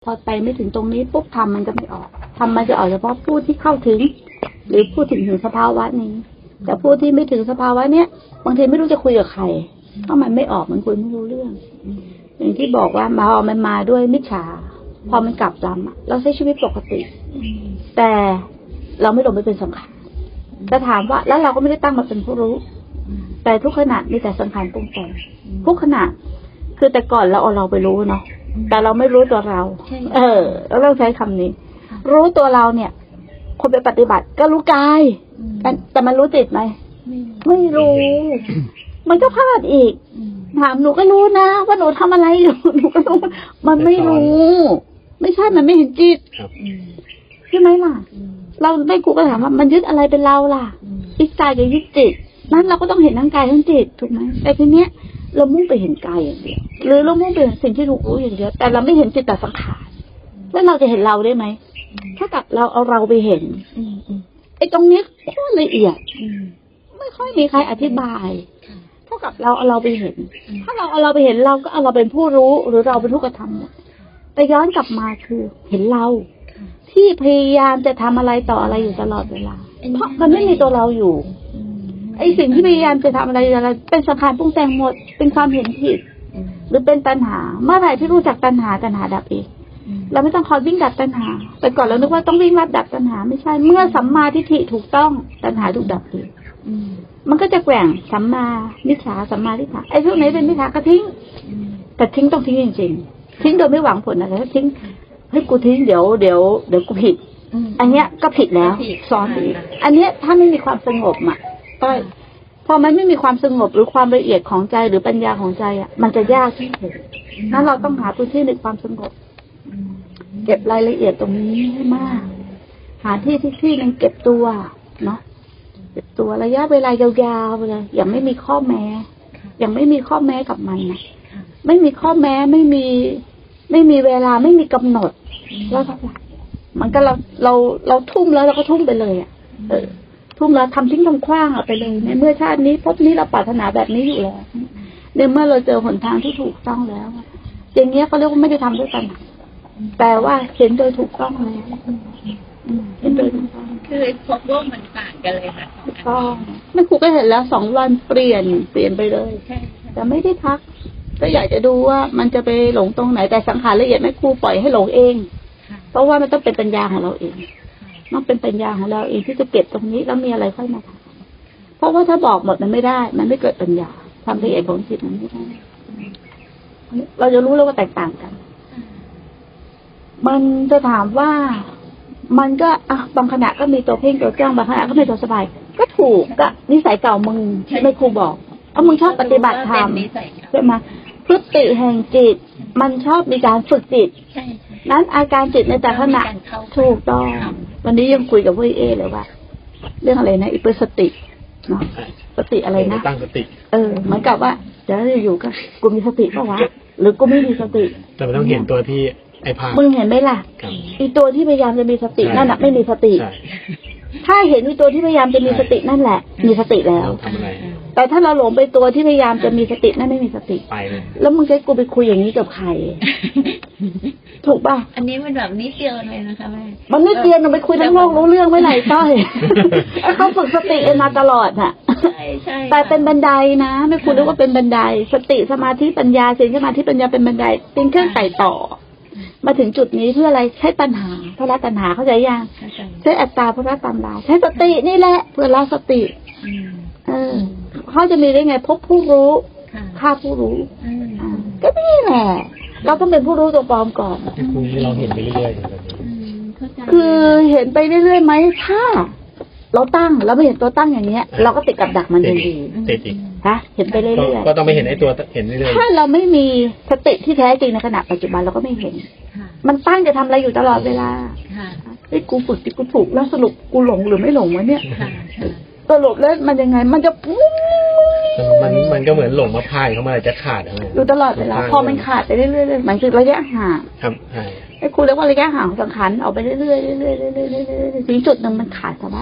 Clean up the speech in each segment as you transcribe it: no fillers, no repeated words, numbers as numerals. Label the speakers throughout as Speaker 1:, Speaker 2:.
Speaker 1: พอไปไม่ถึงตรงนี้ปุ๊บทำมันจะไม่ออกทำมันจะออกเฉพาะผู้ที่เข้าถึงหรือผู้ถึงสภาวะนี้แต่ผู้ที่ไม่ถึงสภาวะเนี้ยบางทีไม่รู้จะคุยกับใครเพราะมันไม่ออกมันคุยไม่รู้เรื่องอย่างที่บอกว่ามันมาด้วยมิจฉาพอมันกลับลำเราใช้ชีวิตปกติแต่เราไม่หลงไปเป็นสังขารจะถามว่าแล้วเราก็ไม่ได้ตั้งมาเป็นผู้รู้แต่ทุกขณะมีแต่สังขารปรุงแต่งทุกขณะคือแต่ก่อนเราเอาเราไปรู้เนาะแต่เราไม่รู้ตัวเราเราต้องใช้คำนี้รู้ตัวเราเนี่ยคนไปปฏิบัติก็รู้กายแต่มันรู้จิตไหมไม่รู้ มันก็พลาดอีกถามหนูก็รู้นะว่าหนูทำอะไรอยู่หนูก็รู้มันไม่รู้ไม่ใช่มันไม่เห็นจิตใช่ไหมล่ะเราได้ครูก็ถามว่ามันยึดอะไรเป็นเราล่ะยึดกายกับยึดจิตนั้นเราก็ต้องเห็นทั้งกายทั้งจิตถูกไหมแต่ทีเนี้ยเรามุ่งไปเห็นกายอย่างเดียวหรือเรามุ่งไปเห็นสิ่งที่ถูกรู้อย่างเดียวแต่เราไม่เห็นจิตแต่สังขารแล้วเราจะเห็นเราได้ไหมถ้ากับเราเอาเราไปเห็นไอ้ตรงนี้โคตรละเอียดไม่ค่อยมีใครอธิบายเท่ากับเราเอาเราไปเห็นถ้าเราเอาเราไปเห็นเราก็เอาเราเป็นผู้รู้หรือเราเป็นผู้กระทำแต่ย้อนกลับมาคือเห็นเราที่พยายามจะทำอะไรต่ออะไรอยู่ตลอดเวลาเพราะมันไม่มีตัวเราอยู่ไอ้สิ่งที่พยายามจะทำอะไรเป็นสังขารปรุงแต่งหมดเป็นความเห็นผิดหรือเป็นตัณหาเมื่อไหร่ที่รู้จักตัณหาดับเองเราไม่ต้องคอยวิ่งดับตัณหาแต่ก่อนเรานึกว่าต้องวิ่งดับตัณหาไม่ใช่เมื่อสัมมาทิฏฐิถูกต้องตัณหาถูกดับเองมันก็จะแกว่งสัมมามิจฉาสัมมาทิฏฐิไอ้พวกไหนเป็นมิจฉาก็ทิ้งแต่ทิ้งต้องทิ้งจริงๆทิ้งโดยไม่หวังผลอะไรทิ้งให้กูทิ้งเดี๋ยวกูผิดอันเนี้ยก็ผิดแล้วซ้อนอีกอันเนี้ยถ้าไม่มีความสงบก็พอมันไม่มีความสงบหรือความละเอียดของใจหรือปัญญาของใจมันจะยากที่สุดนั้นเราต้องหาพื้นที่ในความสงบเก็บรายละเอียดตรงนี้ให้มากหาที่นึงเก็บตัวเนาะเก็บตัวระยะเวลายาวๆไปเลยอย่างไม่มีข้อแม้อย่างไม่มีข้อแม้กับมันนะไม่มีข้อแม้ไม่มีเวลาไม่มีกำหนดแล้วก็มันก็เราทุ่มแล้วเราก็ทุ่มไปเลยทุ่มแล้วทำทิ้งทำขว้างไปเลยในเมื่อชาตินี้พบนี้เราปรารถนาแบบนี้อยู่แล้วในเมื่อเราเจอหนทางที่ถูกต้องแล้วอย่างเงี้ยก็เรียกว่าไม่ได้ทำด้วยกันแต่ว่าเห็นโดยถูกต้องแล้วเห็นโดยถูกต้อง
Speaker 2: คือพบว่ามันต่างกันเลยค่ะ
Speaker 1: ถูกต้องแม่ครูก็เห็นแล้ว2 วันเปลี่ยนไปเลยแต่ไม่ได้ทักก็อยากจะดูว่ามันจะไปหลงตรงไหนแต่สังขารละเอียดแม่ครูปล่อยให้หลงเองเพราะว่ามันต้องเป็นปัญญาของเราเองต้องเป็นปัญญาของเราเองที่จะเก็บตรงนี้แล้วมีอะไรค่อยมาทำเพราะว่าถ้าบอกหมดมันไม่ได้มันไม่เกิดปัญญาความละเอียดของจิตมันไม่ได้เราจะรู้แล้วว่าแตกต่างกันมันจะถามว่ามันก็บางขณะก็มีตัวเพ่งตัวจ้องบางขณะก็มีตัวสบายก็ถูกก็นิสัยเก่ามึงที่แม่ครูบอกมึงชอบปฏิบัติธรรมใช่ไหมพฤติแห่งจิตมันชอบมีการฝึกจิตนั้นอาการจิตในแต่ละขณะถูกต้องวันนี้ยังคุยกับพี่เลยว่าเรื่องอะไรนะอิปสติเนาะสติอะไรนะ
Speaker 3: ตั้งสติ
Speaker 1: เหมือนกับว่าเดี๋ยวอยู่ๆก็กูมีสติป่ะวะหรือกูไม่มีสติ
Speaker 3: แต่มันต้องเห็นตัวที่ไอ้ภาพ
Speaker 1: มึงเห็นไหมล่ะอีตัวที่พยายามจะมีสตินั่นน่ะไม่มีสติถ้าเห็นอีตัวที่พยายามจะมีสตินั่นแหละมีสติแล้วแต่ถ้าเราหลงไปตัวที่พยายามจะมีสตินั่นไม่มีสติ
Speaker 3: ไปเลย
Speaker 1: แล้วมึงจะกูไปคุยอย่างนี้กับใครถูกป่ะ
Speaker 2: อันนี้มันแบบนิดเดียวเลยนะคะแม่
Speaker 1: มันนิดเดียวหนูไปคุยทั้งโลกรู้เรื่องไม่ไหนต้อยเขาฝึกสติมาตลอด
Speaker 2: ใช่
Speaker 1: แต่เป็นบันไดนะไม่คุณเรียกว่าเป็นบันไดสติสมาธิปัญญาศีลสมาธิปัญญาเป็นบันไดเป็นเครื่องไต่ต่อมาถึงจุดนี้เพื่ออะไรใช้ตัณหาเพราะละตัณหาเข้าใจยังใช้อัตตาเพราะละตามราใช้สตินี่แหละเพื่อละสติเขาจะมีได้ไงพบผู้รู้ฆ่าผู้รู้ก็นี่แหละเราต้องเป็นผู้รู้ตัวปลอมก่อน
Speaker 3: เราเห็นไปเรื่อย
Speaker 1: ๆคือเห็นไปเรื่อยๆไหมถ้าเราตั้งเราไม่เห็นตัวตั้งอย่างเนี้ยเราก็ติดกับดักมันทันทีเห็นไปเรื่อย
Speaker 3: ๆก็ต้องไม่เห็นไอ้ตัวเห็นเรื่อย
Speaker 1: ๆถ้าเราไม่มีสติที่แท้จริงในขณะปัจจุบันเราก็ไม่เห็นมันตั้งจะทำอะไรอยู่ตลอดเวลาไอ้กูฝึกที่กูถูกแล้วสรุปกูหลงหรือไม่หลงวะเนี่ยสรุปแล้วมันยังไงมันจะ
Speaker 3: มันก็เหมือนหลงมาพายเข้ามาจะขาดอะไร
Speaker 1: อยู่ตลอดเวลาพอมันขาดไปเรื่อยๆมันคือระยะห่าง
Speaker 3: ครับ
Speaker 1: ไอ้ครูเรียกว่าระยะห่างของสังขารออกไปเรื่อยๆเรื่อยๆเรื่อยๆถึงจุดนึงมันขาดสะบั้น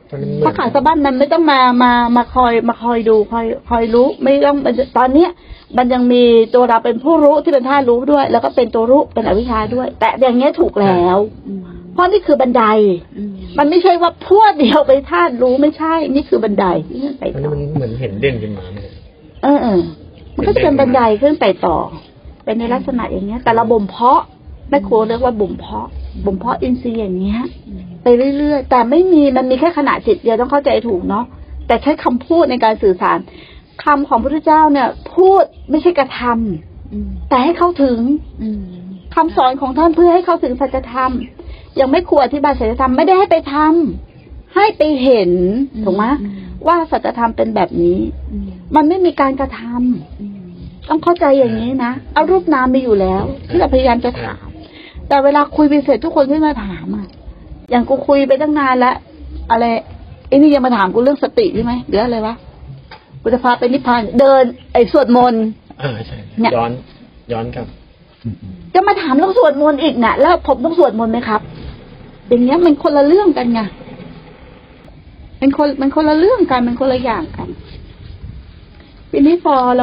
Speaker 1: พระขาสะบั้นมันไม่ต้องมาคอยดูคอยรู้ไม่ต้องตอนเนี้ยมันยังมีตัวเราเป็นผู้รู้ที่เป็นธาตุรู้ด้วย แล้วก็เป็นตัวรู้เป็นอวิชชาด้วย แต่อย่างเงี้ยถูกแล้วเพราะนี่คือบันไดมันไม่ใช่ว่าพวดเดียวไปธาตุรู้ไม่ใช่นี่คือบันไดขึ้นไป
Speaker 3: อัน
Speaker 1: ต่
Speaker 3: นี้
Speaker 1: อ
Speaker 3: มันเหมือนเห็นเด่นขึ้นมาเนี่ย
Speaker 1: มันก็จะเป็นบันไดขึ้นไปต่อเป็นในลักษณะอย่างเงี้ยแต่เราบ่มเพาะแม่ครูเรียกว่าบ่มเพาะอินทรีย์อย่างเงี้ยไปเรื่อยๆแต่ไม่มีมันมีแค่ขณะจิตเดียวต้องเข้าใจถูกเนาะแต่ใช้คำพูดในการสื่อสารคำของพระพุทธเจ้าเนี่ยพูดไม่ใช่กระทำแต่ให้เข้าถึงคำสอนของท่านเพื่อให้เข้าถึงสัจธรรมยังไม่ควรอธิบายสัจธรรมไม่ได้ให้ไปทำให้ไปเห็นถูกไหมว่าสัจธรรมเป็นแบบนี้มันไม่มีการกระทำต้องเข้าใจอย่างนี้นะเอารูปนามมีอยู่แล้วที่เราพยายามจะถามแต่เวลาคุยไปเสร็จทุกคนขึ้นมาถามอ่ะอย่างกูคุยไปตั้งนานแล้วอะไรไอ้นี่ยังมาถามกูเรื่องสติใช่ไหมเดี๋ยวอะไรวะกูจะพาไปนิพพานเดินสวดมนต์
Speaker 3: ใช่ย้อนกลับ
Speaker 1: จะมาถามเรื่องสวดมนต์อีกน่ะแล้วผมต้องสวดมนต์ไหมครับอย่างเงี้ยมันคนละเรื่องกันไงมันคนละเรื่องกันมันคนละอย่างกันทีนี้พอเรา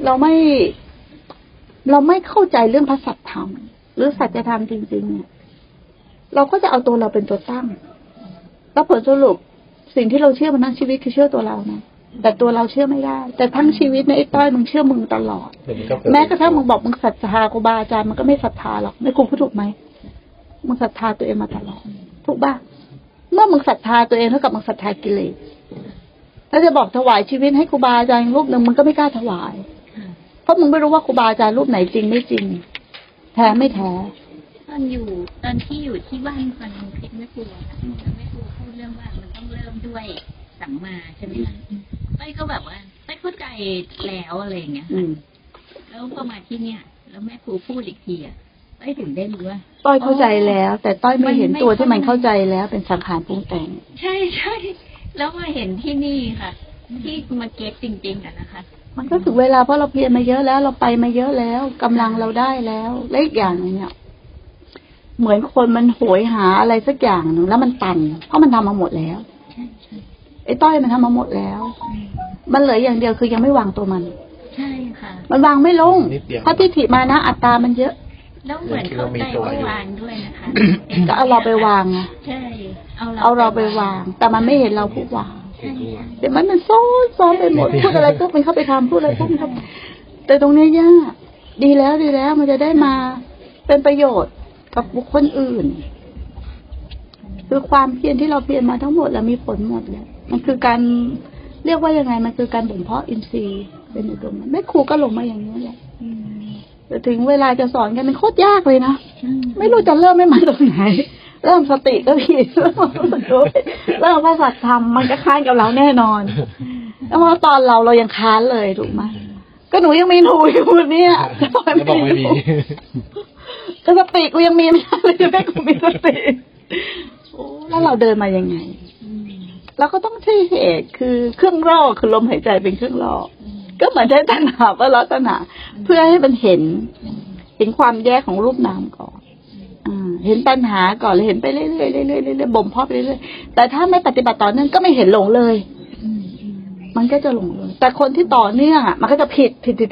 Speaker 1: ไม่เข้าใจเรื่องพระสัจธรรมหรือสัจธรรมจริงๆเนี่ยเราก็จะเอาตัวเราเป็นตัวตั้งแล้วผลสรุปสิ่งที่เราเชื่อมันทั้งชีวิตคือเชื่อตัวเรานะแต่ตัวเราเชื่อไม่ได้แต่ทั้งชีวิตในไอ้ต้อยมึงเชื่อมึงตลอดแม้กระทั่งมึงบอกมึงศรัทธาครูบาอาจารย์มันก็ไม่ศรัทธาหรอกไม่ครูพูดถูกไหมมึงศรัทธาตัวเองมาตลอดถูกป่ะเมื่อมึงศรัทธาตัวเองเท่ากับมึงศรัทธากิเลสถ้าจะบอกถวายชีวิตให้ครูบาอาจารย์รูปหนึ่งมึงก็ไม่กล้าถวายเพราะมึงไม่รู้ว่าครูบาอาจารย์รูปไหนจริงไม่จริงแท้ไม่แท้
Speaker 2: ตอนที่อยู่ที่บ้านฟังคลิปแม่ครูค่ะแม่ครูพูดเรื่องว่ามันต้องเริ่มด้วยสัมมาใช่ไหมคะต้อยก็แบบว่าต้อยเข้าใจแล้วอะไรอย่างเงี้ยแล้วพอมาที่เนี่ยแล้วแม่ครูพูดอีกทีอ่ะต้อยถึงได้รู้ว่า
Speaker 1: ต้อยเข้าใจแล้วแต่ต้อยไม่เห็นตัวที่มันเข้าใจแล้วเป็นสังขารปรุงแต่ง
Speaker 2: ใช่แล้วมาเห็นที่นี่ค่ะที่มาเก็ตจริงๆกันนะคะ
Speaker 1: มันก็ถึงเวลาเพราะเราเพียรมาเยอะแล้วเราไปมาเยอะแล้วกำลังเราได้แล้วและอีกอย่างนึงเนี่ยเหมือนคนมันโหยหาอะไรสักอย่างหนึ่งแล้วมันตันเพราะมันทำมาหมดแล้วไอ้ต้อยมันทำมาหมดแล้วมันเหลืออย่างเดียวคือยังไม่วางตัวมัน
Speaker 2: ใช่ค่ะ
Speaker 1: มันวางไม่ลงเพราะทิฏฐิมานะอัตตามันเยอะ
Speaker 2: แล้วเหมือนเข้าใจว่าวางด้วยนะคะ
Speaker 1: ก็เอาเราไปวางไง
Speaker 2: ใช่
Speaker 1: เอาเราไปวางแต่มันไม่เห็นเราผู้วางเดี๋ยวมันซ้อนไปหมดพูดอะไรปุ๊บมันเข้าไปทำพูดอะไรปุ๊บมันเข้าแต่ตรงนี้ยากดีแล้วมันจะได้มาเป็นประโยชน์กับบุคคลอื่นคือความเพียรที่เราเพียรมาทั้งหมดแล้วมีผลหมดเลยมันคือการเรียกว่ายังไงมันคือการบ่มเพาะอินทรีย์เป็นในตรงนั้นแม่ครูก็ลงมาอย่างนี้แหละแต่ถึงเวลาจะสอนกันมันโคตรยากเลยนะไม่รู้จะเริ่มไม่มาตรงไหนเริ่มสติก็ผิดเริ่มภาษาธรรมมันก็ค้านกับเราแน่นอนแล้วพอตอนเรายังค้านเลยถูกไหมก็หนูยังมีหนูอยู่เนี่ยจะบอกไม่มีก็สติกูยังมีไม่ได้เลยแม่กูมีสติแล้วเราเดินมายังไงเราก็ต้องใช้เหตุคือเครื่องล่อคือลมหายใจเป็นเครื่องล่อก็เหมือนใช้ตัณหาว่าลักษณะเพื่อให้มันเห็นความแยกของรูปนามก่อนเห็นปัญหาก่อนเลยเห็นไปเรื่อยๆบ่มเพาะไปเรื่อยๆแต่ถ้าไม่ปฏิบัติต่อเนื่องก็ไม่เห็นหลงเลยมันก็จะหลงเลยแต่คนที่ต่อเนื่องมันก็จะผิด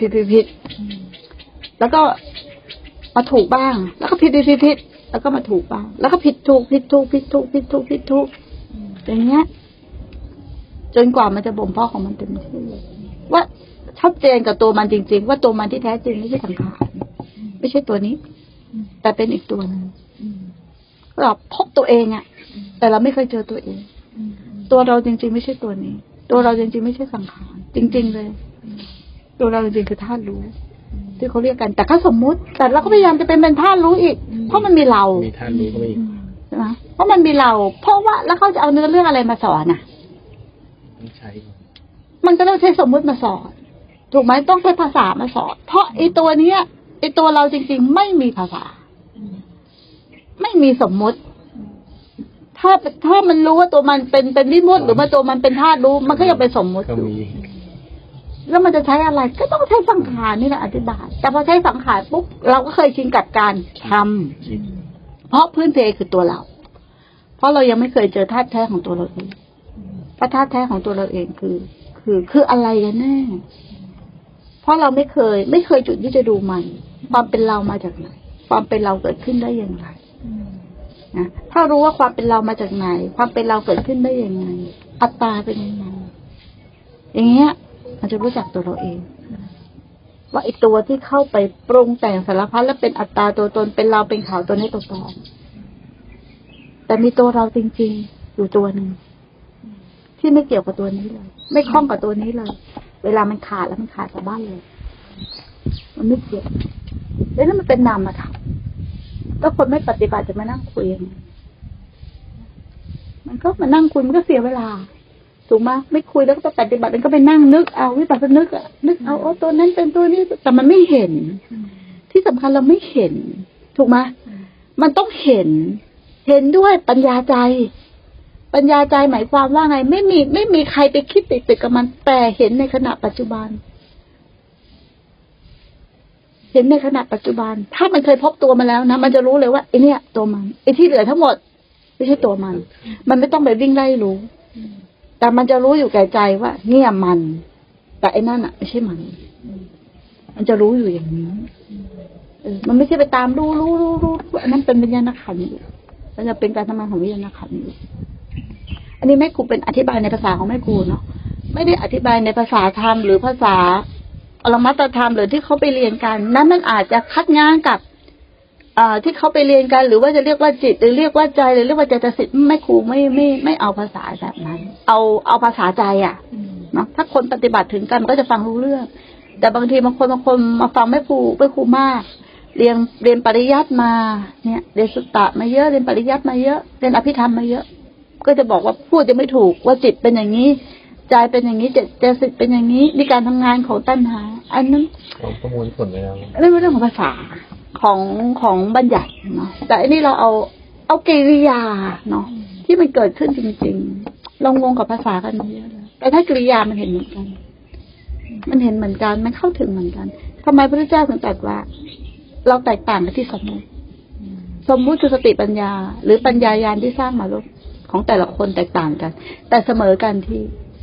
Speaker 1: แล้วก็มาถูกบ้างแล้วก็ผิดแล้วก็มาถูกบ้างแล้วก็ผิดถูกอย่างเงี้ยจนกว่ามันจะบ่มเพาะของมันเต็มที่ว่าชัดเจนกับตัวมันจริงๆว่าตัวมันที่แท้จริงไม่ใช่สังขารไม่ใช่ตัวนี้แต่เป็นอีกตัวนึงเราพบตัวเองแต่เราไม่เคยเจอตัวเองตัวเราจริงๆไม่ใช่ตัวนี้ตัวเราจริงๆไม่ใช่สังขารจริงๆเลยตัวเราจริงๆคือธาตุรู้ที่เขาเรียกกันแต่เขาสมมุติแต่เราก็พยายามจะเป็นธาตุรู้อีกเพราะมันมีเรา
Speaker 3: มีธาตุรู้ก็อีก
Speaker 1: ใช่ไหมเพราะมันมีเราเพราะว่าแล้วเขาจะเอาเนื้อเรื่องอะไรมาสอนมันก็ต้องใช้สมมุติมาสอนถูกไหมต้องใช้ภาษามาสอนเพราะไอ้ตัวเนี้ยไอ้ตัวเราจริงๆไม่มีภาษาไม่มีสมมุติถ้ามันรู้ว่าตัวมันเป็นวิมุตติหรือว่าตัวมันเป็นธาตุรู้มันก็ยังเป็นสมมุติอยู่แล้วมันจะใช้อะไรก็ต้องใช้สังขารนี่แหละอธิบายแต่พอใช้สังขารปุ๊บเราก็เคยชินกับการทำเพราะพื้นเพคือตัวเราเพราะเรายังไม่เคยเจอธาตุแท้ของตัวเราเองพระธาตุแท้ของตัวเราเองคืออะไรกันแน่เพราะเราไม่เคยจุดที่จะดูมันความเป็นเรามาจากไหนความเป็นเราเกิดขึ้นได้อย่างไรนะถ้ารู้ว่าความเป็นเรามาจากไหนความเป็นเราเกิดขึ้นได้ยังไงอัตตาเป็นยังไงอย่างเงี้ยมันจะรู้จักตัวเราเองว่าไอ้ตัวที่เข้าไปปรุงแต่งสารพัดแล้วเป็นอัตตาตัวตนเป็นเราเป็นเขาตัวนี้ตัวปลอมแต่มีตัวเราจริงๆอยู่ตัวหนึ่งที่ไม่เกี่ยวกับตัวนี้เลยไม่คล้องกับตัวนี้เลยเวลามันขาดแล้วมันขาดจากบ้านเลยมันไม่เกี่ยวแล้วนั่นมันเป็นนามธรรมถ้าคนไม่ปฏิบัติจะมานั่งคุยมันก็มานั่งคุยมันก็เสียเวลาถูกไหมไม่คุยแล้วก็ไปปฏิบัติมันก็ไปนั่งนึกเอาวิปัสสนึกนึกเอาตัวนั้นเป็นตัวนี้แต่มันไม่เห็นที่สำคัญเราไม่เห็นถูกไหมมันต้องเห็นด้วยปัญญาใจปัญญาใจหมายความว่าไงไม่มีใครไปคิดติดกับมันแต่เห็นในขณะปัจจุบันเห็นในขณะปัจจุบันถ้ามันเคยพบตัวมาแล้วนะมันจะรู้เลยว่าไอ้เนี่ยตัวมันไอ้ที่เหลือทั้งหมดไม่ใช่ตัวมันไม่ต้องไปวิ่งไล่รู้แต่มันจะรู้อยู่แก่ใจว่าเนี่ยมันแต่ไอ้นั่นอ่ะไม่ใช่มันจะรู้อยู่อย่างนี้มันไม่ใช่ไปตามรู้อันนั้นเป็นวิญญาณขันธ์อยู่มันจะเป็นการทำงานของวิญญาณขันธ์อยู่อันนี้แม่ครูเป็นอธิบายในภาษาของแม่ครูเนาะไม่ได้อธิบายในภาษาธรรมหรือภาษาอรมัตธรรมหรือที่เขาไปเรียนกันนั้นมันอาจจะคัดง้างกับที่เขาไปเรียนกันหรือว่าจะเรียกว่าจิตหรือเรียกว่าใจหรือเรียกว่าเจตสิกแม่ครูไม่เอาภาษาแบบนั้นเอาภาษาใจอ่ะเนาะถ้าคนปฏิบัติถึงกันมันก็จะฟังรู้เรื่องแต่บางทีบางคนมาฟังแม่ครูมากเรียนปริยัติมาเนี่ยเรียนสุตตะมาเยอะเรียนปริยัติมาเยอะเรียนอภิธรรมมาเยอะก็จะบอกว่าพูดจะไม่ถูกว่าจิตเป็นอย่างนี้ใจเป็นอย่างนี้เจตสิกเป็นอย่างนี้นี่การทำงานของตัณหาอันนั้น
Speaker 3: ของประมวลผลไปแล้ว
Speaker 1: เรื่องของภาษาของบัญญัติเนาะแต่อันนี้เราเอากิริยาเนาะที่มันเกิดขึ้นจริงๆเรางงกับภาษากันเยอะเลยแต่ถ้ากิริยามันเห็นเหมือนกันมันเข้าถึงเหมือนกันทำไมพระพุทธเจ้าถึงตรัสว่าเราแตกต่างกันที่สมมุติคือสติปัญญาหรือปัญญาญาณที่สร้างมาลบของแต่ละคนแตกต่างกันแต่เสมอกันที่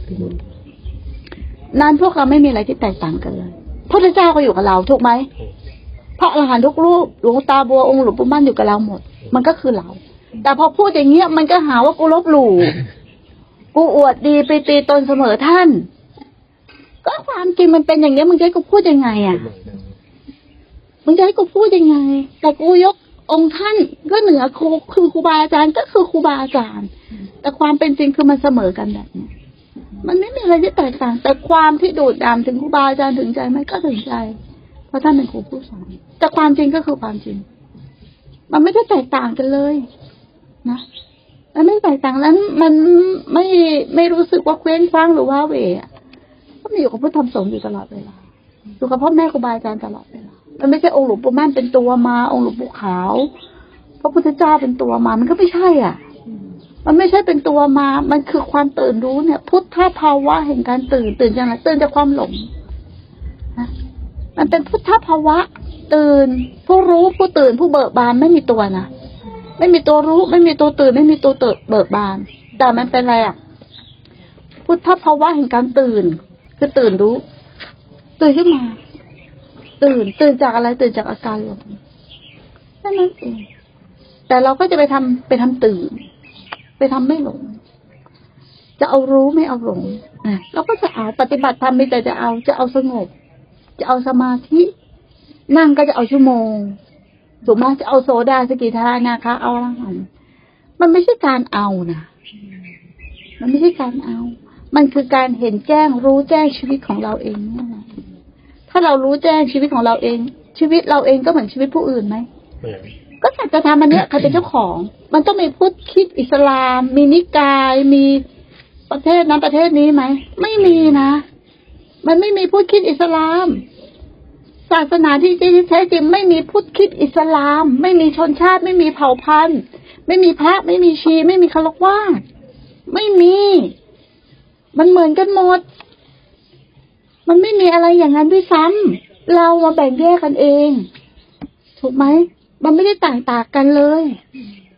Speaker 1: นั้นพวกเราไม่มีอะไรที่แตกต่างกันเลยพระพุทธเจ้าก็อยู่กับเราถูกไหมพระอรหันต์ทุกรูปหลวงตาบัวองค์หลวงปู่มั่นอยู่กับเราหมดมันก็คือเราแต่พอพูดอย่างเงี้ยมันก็หาว่ากูลบหลู่กูอวดดีไปตีตนเสมอท่านก็ความจริงมันเป็นอย่างเงี้ยมึงจะให้กูพูดยังไงอ่ะมึงจะให้กูพูดยังไงแต่กูยกองค์ท่านก็เหนือครูคือครูบาอาจารย์ก็คือครูบาอาจารย์แต่ความเป็นจริงคือมันเสมอกันแบบนี้มันไม่มีอะไรที่แตกต่างแต่ความที่ดูดดำถึงครูบาอาจารย์ถึงใจไหมก็ถึงใจเพราะท่านเป็นครูผู้สอนแต่ความจริงก็คือความจริงมันไม่ได้แตกต่างกันเลยนะมันไม่แตกต่างแล้วมันไม่รู้สึกว่าเคว้งคว้างหรือว่าเวก็มีอยู่กับพุทธธรรมสงฆ์อยู่ตลอดเวลาอยู่กับพ่อแม่ครูบาอาจารย์ตลอดเวลามันไม่ใช่องค์หลวงปู่มั่นเป็นตัวมาองค์หลวงปู่ขาวพระพุทธเจ้าเป็นตัวมามันก็ไม่ใช่อ่ะมันไม่ใช่เป็นตัวมามันคือความตื่นรู้เนี่ยพุทธภาวะแห่งการตื่นจากไหนตื่นจากความหลงนะมันเป็นพุทธภาวะตื่นผู้รู้ผู้ตื่นผู้เบิกบานไม่มีตัวนะไม่มีตัวรู้ไม่มีตัวตื่นไม่มีตัวเบิกบานแต่มันเป็นอะไรอ่ะพุทธภาวะแห่งการตื่นคือตื่นรู้ตื่นขึ้นมาตื่นจากอะไรตื่นจากอาการหลงนั่นเองแต่เราก็จะไปทำตื่นไปทำไม่หลงจะเอารู้ไม่เอาหลงเราก็จะเอาปฏิบัติธรรมไม่แต่จะเอาสงบจะเอาสมาธินั่งก็จะเอาชั่วโมงถูกไหมจะเอาโสดาสกิทานาคะเอาอรหันต์มันไม่ใช่การเอานะมันไม่ใช่การเอามันคือการเห็นแจ้งรู้แจ้งชีวิตของเราเองนี่แหละถ้าเรารู้แจ้งชีวิตของเราเองชีวิตเราเองก็เหมือนชีวิตผู้อื่นไหมก็สัจธรรมอันเนี้ยใครเป็นเจ้าของมันต้องมีพุทธคริสต์อิสลามมีนิกายมีประเทศนั้นประเทศนี้ไหมไม่มีนะมันไม่มีพุทธคริสต์อิสลามศาสนาที่แท้จริงไม่มีพุทธคริสต์อิสลามไม่มีชนชาติไม่มีเผ่าพันธุ์ไม่มีพระไม่มีชีไม่มีคฤหัสถ์ไม่มีมันเหมือนกันหมดมันไม่มีอะไรอย่างนั้นด้วยซ้ำเรามาแบ่งแยกกันเองถูกไหมมันไม่ได้ต่างกันเลย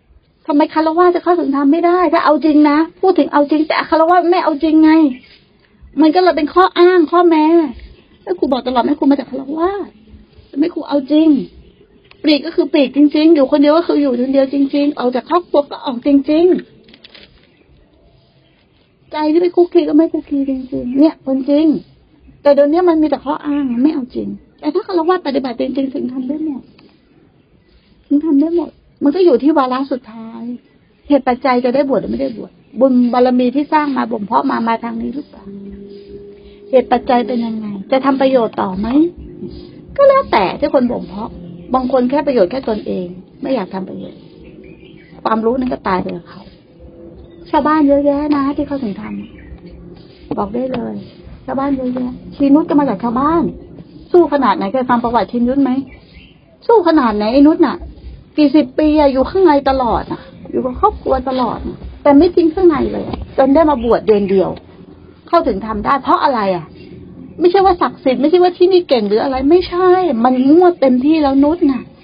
Speaker 1: ทำไมคารวะจะเข้าถึงธรรมไม่ได้ถ้าเอาจริงนะพูดถึงเอาจริงแต่คารวะไม่เอาจริงไงมันก็เลยเป็นข้ออ้างข้อแม้แล้วครูบอกตลอดไม่ครูมาจากคารวะไม่ครูเอาจริงปลีกก็คือปลีกจริงๆอยู่คนเดียวก็คืออยู่คนเดียวจริงๆออกจากครอบครัวก็ออกจริงๆใจที่ไม่คุกคีก็ไม่คุกคีจริงๆเนี่ยคนจริงแต่เดี๋ยวนี้มันมีแต่ข้ออ้างไม่เอาจริงแต่ถ้าคารวะปฏิบัติจริงๆถึงทำได้หมดถึงทำได้หมดมันก็อยู่ที่วาระสุดท้ายเหตุปัจจัยจะได้บวชหรือไม่ได้บวชบุญบารมีที่สร้างมาบ่มเพาะมาทางนี้หรือเปล่าเหตุปัจจัยเป็นยังไงจะทำประโยชน์ต่อไหมก็แล้วแต่ที่คนบ่มเพาะบางคนแค่ประโยชน์แค่ตนเองไม่อยากทำประโยชน์ความรู้นั้นก็ตายไปกับเขาชาวบ้านเยอะแยะนะที่เขาถึงทำบอกได้เลยชาวบ้านเยอะแยะชีนุชก็มาจากชาวบ้านสู้ขนาดไหนเคยฟังประวัติชีนุชไหมสู้ขนาดไหนไอ้นุชน่ะกี่สิบปีอยู่ข้างในตลอดอยู่กับครอบครัวตลอดแต่ไม่ทิ้งข้างในเลยจนได้มาบวชเดือนเดียวเข้าถึงทำได้เพราะอะไรไม่ใช่ว่าศักดิ์สิทธิ์ไม่ใช่ว่าที่นี่เก่งหรืออะไรไม่ใช่มันงวดเต็มที่แล้วนุชน่ะ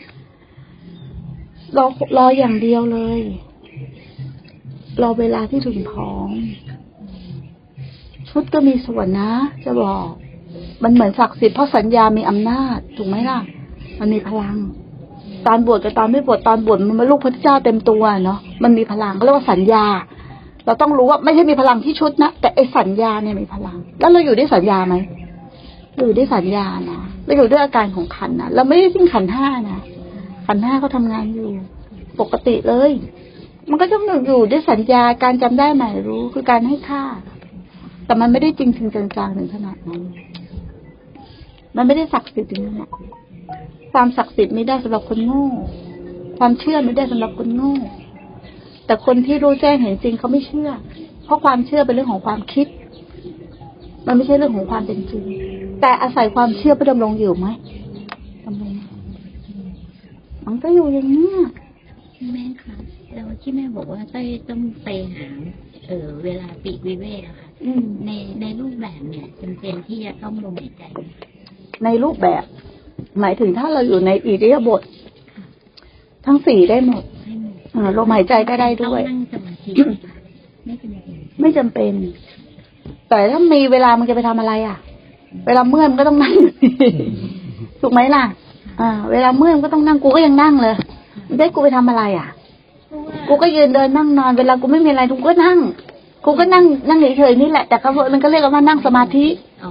Speaker 1: รออย่างเดียวเลยรอเวลาที่ถึงพร้อมชุดก็มีส่วนนะจะบอกมันเหมือนศักดิ์สิทธิ์เพราะสัญญามีอำนาจถูกไหมล่ะมันมีพลังตอนบวชกับตอนไม่บวชตอนบวชมันเป็นลูกพระเจ้าเต็มตัวเนาะมันมีพลังเขาเรียกว่าสัญญาเราต้องรู้ว่าไม่ใช่มีพลังที่ชุดนะแต่ไอ้สัญญาเนี่ยมีพลังแล้วเราอยู่ด้วยสัญญาไหมอยู่ด้วยสัญญานะเราอยู่ด้วยอาการของขันนะเราไม่ได้ทิ้งขันห้านะขันห้าเขาทำงานอยู่ปกติเลยมันก็ต้องอยู่ด้วยสัญญาการจำได้หมายรู้คือการให้ค่าแต่มันไม่ได้จริงถึงจังๆถึงขนาดนั้นมันไม่ได้ศักดิ์สิทธิ์ถึงขนาดความศักดิ์สิทธิ์ไม่ได้สำหรับคนโง่ความเชื่อไม่ได้สำหรับคนโง่แต่คนที่รู้แจ้งเห็นจริงเขาไม่เชื่อเพราะความเชื่อเป็นเรื่องของความคิดมันไม่ใช่เรื่องของความเป็นจริงแต่อาศัยความเชื่อไปดำรงอยู่ไหมดำรงมันก็อยู่อย่างนี้
Speaker 2: แม่ค่ะแล้วที่แม่บอกว่าต้องไปหาเวลาปีกวิเวกอะค่ะในรูปแบบเนี่ยจำเป็นที่จะต้องลมหายใจ
Speaker 1: ในรูปแบบหมายถึงถ้าเราอยู่ในอิริยาบถทั้งสี่ได้หมดลมหายใจก็ได้ด้วย
Speaker 2: นั่งสมาธิ
Speaker 1: ไม่จำเป็นแต่ถ้ามีเวลามันจะไปทำอะไรเวลาเมื่อยมันก็ต้องนั่งถูกไหมล่ะเวลาเมื่อยมันก็ต้องนั่งกูก็ยังนั่งเลยไม่ได้กูไปทำอะไรกูก็ยืนเดินนั่งนอนเวลากูไม่มีอะไรกูก็นั่งเฉยๆนี่แหละแต่เขามันก็เรียกว่านั่งสมาธิ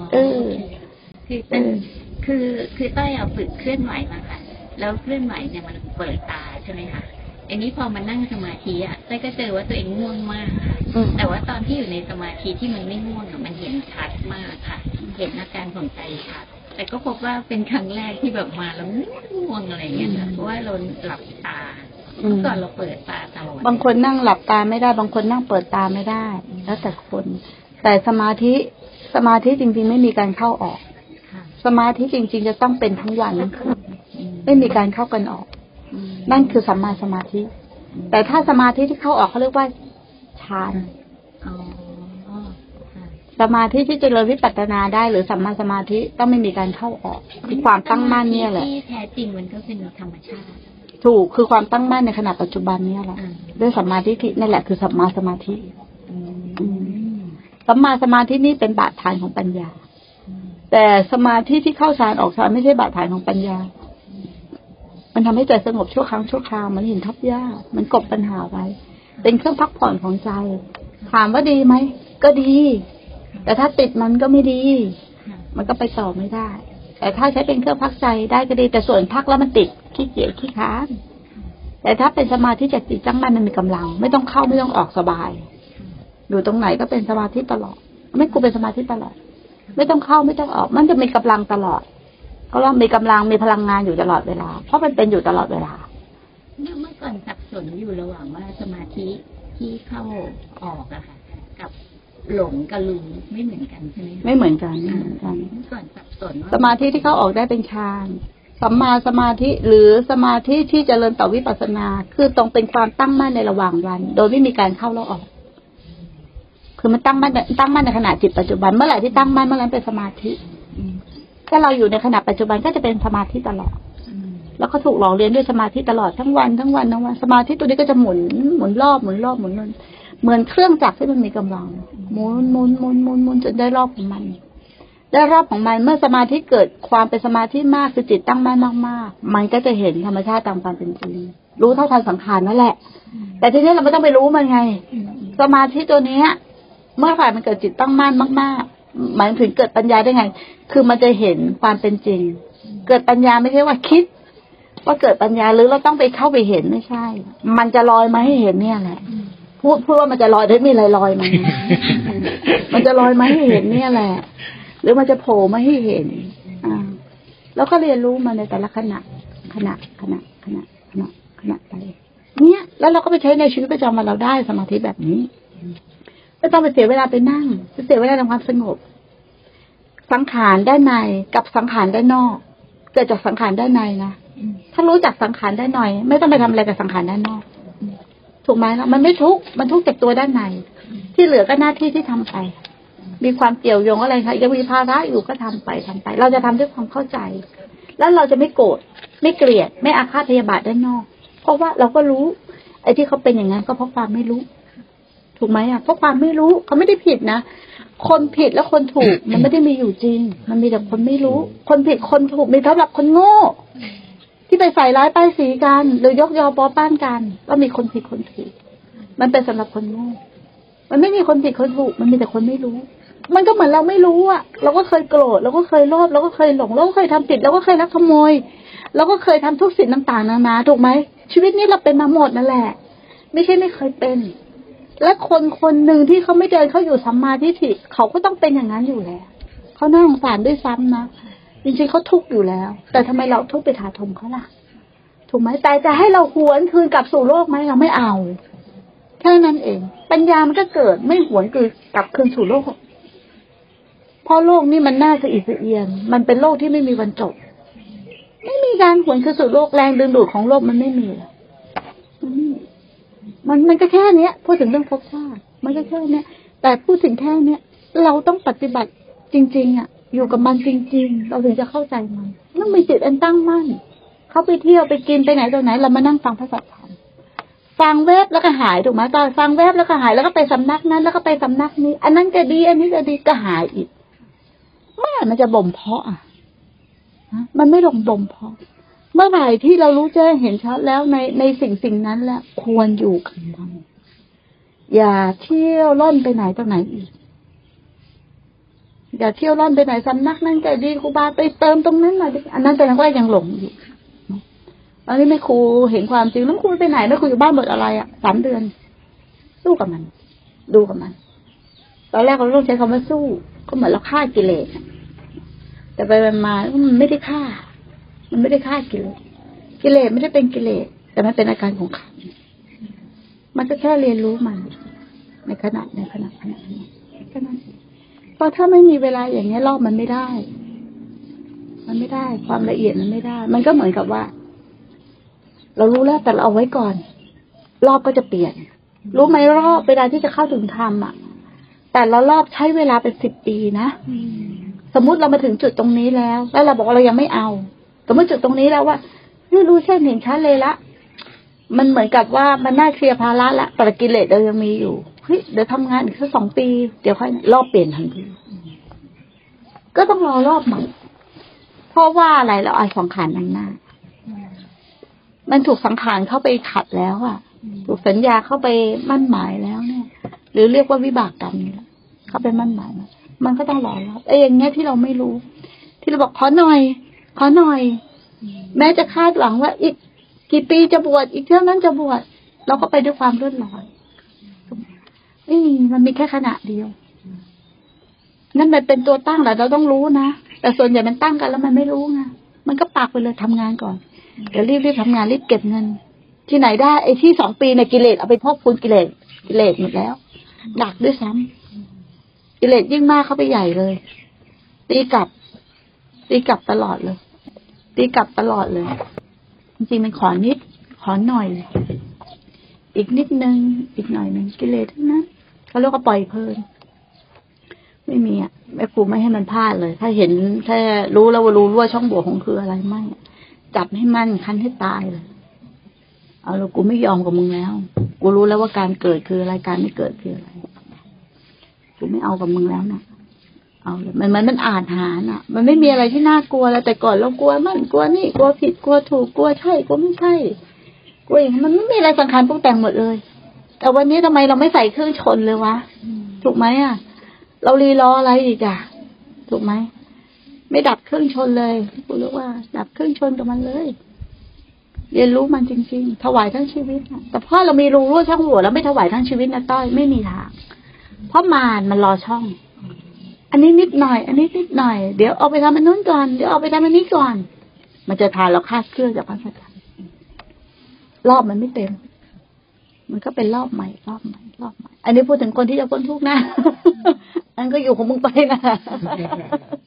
Speaker 2: คือต้อยฝึกเคลื่อนไหวมาค่ะแล้วเคลื่อนไหวเนี่ยมันเปิดตาใช่ไหมคะอันนี้พอมานั่งสมาธิต้อยก็เจอว่าตัวเองง่วงมากค่ะแต่ว่าตอนที่อยู่ในสมาธิที่มันไม่ง่วงมันเห็นชัดมากค่ะเห็นอาการของใจชัดแต่ก็พบว่าเป็นครั้งแรกที่แบบมาแล้วง่วงอะไรเงี้ยค่ะเพราะว่าเราหลับตาเมื่อก่อนเราเปิดตาตลอด
Speaker 1: บางคนนั่งหลับตาไม่ได้บางคนนั่งเปิดตาไม่ได้แล้วแต่คนแต่สมาธิจริงๆไม่มีการเข้าออกสมาธิจริงๆจะต้องเป็นทั้งวันทั้งคืนไม่มีการเข้ากันออกนั่นคือสัมมาสมาธิแต่ถ้าสมาธิที่เข้าออกเขาเรียกว่าฌานสมาธิที่เจริญวิปัสสนาได้หรือสัมมาสมาธิต้องไม่มีการเข้าออกคือความตั้งมั่นเนี่ยแหละ
Speaker 2: ที่แท้จริงมันก็เป็นธรรมชาติ
Speaker 1: ถูกคือความตั้งมั่นในขณะปัจจุบันนี่แหละด้วยสัมมาทิฏฐินั่นแหละคือสัมมาสมาธิสัมมาสมาธินี่เป็นบาดฐานของปัญญาแต่สมาธิที่เข้าฌานออกฌานไม่ใช่บาดฐานของปัญญามันทำให้ใจสงบชั่วครั้งชั่วคราวมันเห็นทับยากมันกลบปัญหาไว้เป็นเครื่องพักผ่อนของใจถามว่าดีไหมก็ดีแต่ถ้าติดมันก็ไม่ดีมันก็ไปต่อไม่ได้แต่ถ้าใช้เป็นเครื่องพักใจได้ก็ดีแต่ส่วนพักแล้วมันติดขี้เกียจขี้ค้านแต่ถ้าเป็นสมาธิจากจิตตั้งมั่นมันมีกำลังไม่ต้องเข้าไม่ต้องออกสบายอยู่ตรงไหนก็เป็นสมาธิตลอดไม่กูเป็นสมาธิตลอดไม่ต้องเข้าไม่ต้องออกมันจะมีกำลังตลอดเขาว่ามีกำลังมีพลังงานอยู่ตลอดเวลาเพราะมันเป็นอยู่ตลอดเวลา
Speaker 2: เมื่อก่อนสับสนอยู่ระหว่างว่าสมาธิที่เข้าออกอะค่ะกับหลงกับลืมไม่เหมือนกันใช่ไหม
Speaker 1: ไม่เหมือนกัน
Speaker 2: ก่อนสับสน
Speaker 1: สมาธิที่เข้าออกได้เป็นฌานสัมมาสมาธิหรือสมาธิที่เจริญต่อวิปัสสนาคือตรงเป็นความตั้งมั่นในระหว่างวันโดยไม่มีการเข้าแล้วออกคือมันตั้งมั่นในขณะจิตปัจจุบันเมื่อไหร่ที่ตั้งมั่นเมื่อนั้นเป็นสมาธิถ้าเราอยู่ในขณะปัจจุบันก็จะเป็นสมาธิตลอดแล้วก็ถูกหล่อเลี้ยงด้วยสมาธิตลอดทั้งวันสมาธิตัวนี้ก็จะหมุนรอบนั่นเหมือนเครื่องจักรที่มันมีกำลังหมุนจนได้รอบของมันเมื่อสมาธิเกิดความเป็นสมาธิมากคือจิตตั้งมั่นมากๆมันก็จะเห็นธรรมชาติตามความเป็นจริงรู้เท่าทันสังขารนั่นแหละแต่ทีนี้เราไม่ต้องไปรู้มันไงสมาธิตัวนี้เมื่อฝ่ายมันเกิดจิตตั้งมั่นมากๆหมายถึงเกิดปัญญาได้ไงคือมันจะเห็นความเป็นจริงเกิดปัญญาไม่ใช่ว่าคิดว่าเกิดปัญญาหรือเราต้องไปเข้าไปเห็นไม่ใช่มันจะลอยมาให้เห็นเนี่ยแหละพูดว่ามันจะลอยได้มีอะไรลอยมามันจะลอยมาให้เห็นเนี่ยแหละหรือมันจะโผล่มาให้เห็นแล้วก็เรียนรู้มาในแต่ละขณะไปเนี่ยแล้วเราก็ไปใช้ในชีวิตประจำวันเราได้สมาธิแบบนี้ไม่ต้องไปเสียเวลาไปนั่งไปเสียเวลาทำความสงบสังขารด้านในกับสังขารด้านนอกเกิดจากสังขารด้านในนะถ้ารู้จักสังขารด้านในไม่ต้องไปทำอะไรกับสังขารด้านนอกถูกไหมล่ะมันไม่ทุกข์มันทุกข์จากตัวด้านในที่เหลือก็หน้าที่ที่ทำไปมีความเกี่ยวโยงอะไรคะยังมีภาระอยู่ก็ทำไปเราจะทำด้วยความเข้าใจแล้วเราจะไม่โกรธไม่เกลียดไม่อาฆาตพยาบาทด้านนอกเพราะว่าเราก็รู้ไอ้ที่เขาเป็นอย่างนั้นก็เพราะความไม่รู้ถูกไหมเพราะความไม่รู้เขาไม่ได้ผิดนะคนผิดและคนถูกมันไม่ได้มีอยู่จริงมันมีแต่คนไม่รู้คนผิดคนถูกมีสำหรับคนโง่ที่ไปใส่ร้ายป้ายสีกันหรือยกยอปอป้านกันก็มีคนผิดคนถูกมันเป็นสำหรับคนโง่มันไม่มีคนผิดคนถูกมันมีแต่คนไม่รู้มันก็เหมือนเราไม่รู้เราก็เคยโกรธเราก็เคยโลภเราก็เคยหลงเราก็เคยทำผิดเราก็เคยลักขโมยเราก็เคยทำทุกสิ่งต่างๆนานาถูกไหมชีวิตนี้เราเป็นมาหมดนั่นแหละไม่ใช่ไม่เคยเป็นและคนหนึ่งที่เขาไม่เดินเขาอยู่สัมมาทิฏฐิเขาก็ต้องเป็นอย่างนั้นอยู่แล้วเขาน่าสงสารด้วยซ้ำนะจริงๆเขาทุกข์อยู่แล้วแต่ทำไมเราทุกข์ไปถาโถมเขาล่ะถูกไหมแต่จะให้เราหวนคืนกลับสู่โลกไหมเราไม่เอาแค่นั้นเองปัญญามันก็เกิดไม่หวนคืนกลับคืนสู่โลกเพราะโลกนี่มันน่าจะอิสเอียนมันเป็นโลกที่ไม่มีวันจบไม่มีการหวนคืนสู่โลกแรงดึงดูดของโลกมันไม่มีมันก็แค่เนี้ยพูดถึงเรื่องภพชาติมันก็แค่เนี้ยแต่พูดถึงแค่เนี้ยเราต้องปฏิบัติจริงๆอยู่กับมันจริงๆเราถึงจะเข้าใจมันต้องมีจิตอันตั้งมั่นเขาไปเที่ยวไปกินไปไหนตัวไหนเรามานั่งฟังพระสัทธรรมฟังแวบแล้วก็หายถูกไหมตอนฟังแวบแล้วก็หายแล้วก็ไปสำนักนั้นแล้วก็ไปสำนักนี้อันนั้นก็ดีอันนี้ก็ดีก็หายอีกมันจะบ่มเพาะมันไม่ลงบ่มเพาะเมื่อไหร่ที่เรารู้แจ้งเห็นชัดแล้วในสิ่งนั้นแหละควรอยู่กับมันอย่าเที่ยวล่อนไปไหนต่อไหนอีกอย่าเที่ยวล่อนไปไหนสำนักนั้นก็ดีครูบาไปเติมตรงนั้นหน่อยอันนั้นแต่ว่ายังหลงอยู่ตอนนี้ไม่ครูเห็นความจริงแล้วครูไปไหนไม่ครูอยู่บ้านหมดอะไร3 เดือนสู้กับมันดูกับมันตอนแรกเราต้องใช้คำว่าสู้ก็เหมือนเราฆ่ากิเลสแต่ไปมามันไม่ได้ฆ่ามันไม่ได้ฆ่ากิเลสไม่ได้เป็นกิเลสแต่มันเป็นอาการของขันมันก็แค่เรียนรู้มันในขณะแค่นั้นเพราะถ้าไม่มีเวลาอย่างนี้รอบมันไม่ได้ความละเอียดมันไม่ได้มันก็เหมือนกับว่าเรารู้แล้วแต่เราเอาไว้ก่อนรอบก็จะเปลี่ยนรู้ไหมรอบเวลาที่จะเข้าถึงธรรมแต่ละรอบใช้เวลาเป็น10 ปีนะสมมุติเรามาถึงจุดตรงนี้แล้วเราบอกว่าเรายังไม่เอาสมมติจุดตรงนี้แล้วว่ารู้แค่เห็นชัดเลยละมันเหมือนกับว่ามันน่าเคลียร์ภาระละแต่กิเลสเรายังมีอยู่เฮ้ยเดี๋ยวทำงานอีกสัก2 ปีเดี๋ยวค่อยรอบเปลี่ยนทันทีก็ต้องรอรอบใหม่เพราะว่าอะไรเราเอาสังขารนำหน้ามันถูกสังขารเข้าไปขัดแล้วถูกสัญญาเข้าไปมั่นหมายแล้วเนี่ยหรือเรียกว่าวิบากกรรมนี่แหละเข้าไปมั่นหมายมันก็ต้องรอรอบอย่างเงี้ยที่เราไม่รู้ที่เราบอกขอหน่อยแม้จะคาดหวังว่าอีกกี่ปีจะบวชอีกเท่านั้นจะบวชเราก็ไปด้วยความรื่นรอยมันมีแค่ขณะเดียวนั่นมันเป็นตัวตั้งแหละเราต้องรู้นะแต่ส่วนใหญ่มันตั้งกันแล้วมันไม่รู้ไงมันก็ปากไปเลยทำงานก่อนเดี๋ยวรีบทำงานรีบเก็บเงินที่ไหนได้ไอ้ที่2 ปีในกิเลสเอาไปพอกพูนกิเลสหมดแล้วหนักด้วยซ้ำกิเลสยิ่งมากเข้าไปใหญ่เลยตีกลับตลอดเลยจริงๆมันขอนิดขอหน่อยอีกนิดนึงอีกหน่อยนึงกิเลสทั้งนั้นเขาเรียกว่าปล่อยเพลินไม่มีแม่ครูไม่ให้มันพลาดเลยถ้าเห็นถ้ารู้แล้วว่ารู้ว่าช่องโหว่ของคืออะไรไม่จับให้มั่นคั้นให้ตายเลยเอาแล้วกูไม่ยอมกับมึงแล้วกูรู้แล้วว่าการเกิดคืออะไรการไม่เกิดคืออะไรกูไม่เอากับมึงแล้วนะเอาเลยมันอาจหาน่ะ มันไม่มีอะไรที่น่ากลัวแล้วแต่ก่อนเรากลัวมันกลัวนี่กลัวผิดกลัวถูกกลัวใช่กลัวไม่ใช่กลัวอย่างมันไม่มีอะไรสังขารปรุงแต่งหมดเลยแต่วันนี้ทำไมเราไม่ใส่เครื่องชนเลยวะถูกไหมอ่ะเรารีรออะไรอีกอ่ะถูกไหมไม่ดับเครื่องชนเลยกูรู้ว่าดับเครื่องชนกับมันเลยเรียนรู้มันจริงๆถวายทั้งชีวิตนะแต่พอเรามีรูรั่วช่องโหว่แล้วไม่ถวายทั้งชีวิตนะต้อยไม่มีทางเพราะมันรอช่องอันนี้นิดหน่อยอันนี้นิดหน่อยเดี๋ยวเอาไปทำอันนู้นก่อนเดี๋ยวเอาไปทำอันนี้ก่อนมันจะทานเราคาดเครื่องจากพระสัจจะรอบมันไม่เต็มมันก็เป็นรอบใหม่อันนี้พูดถึงคนที่จะพ้นทุกข์นะอันก็อยู่ของมึงไปนะ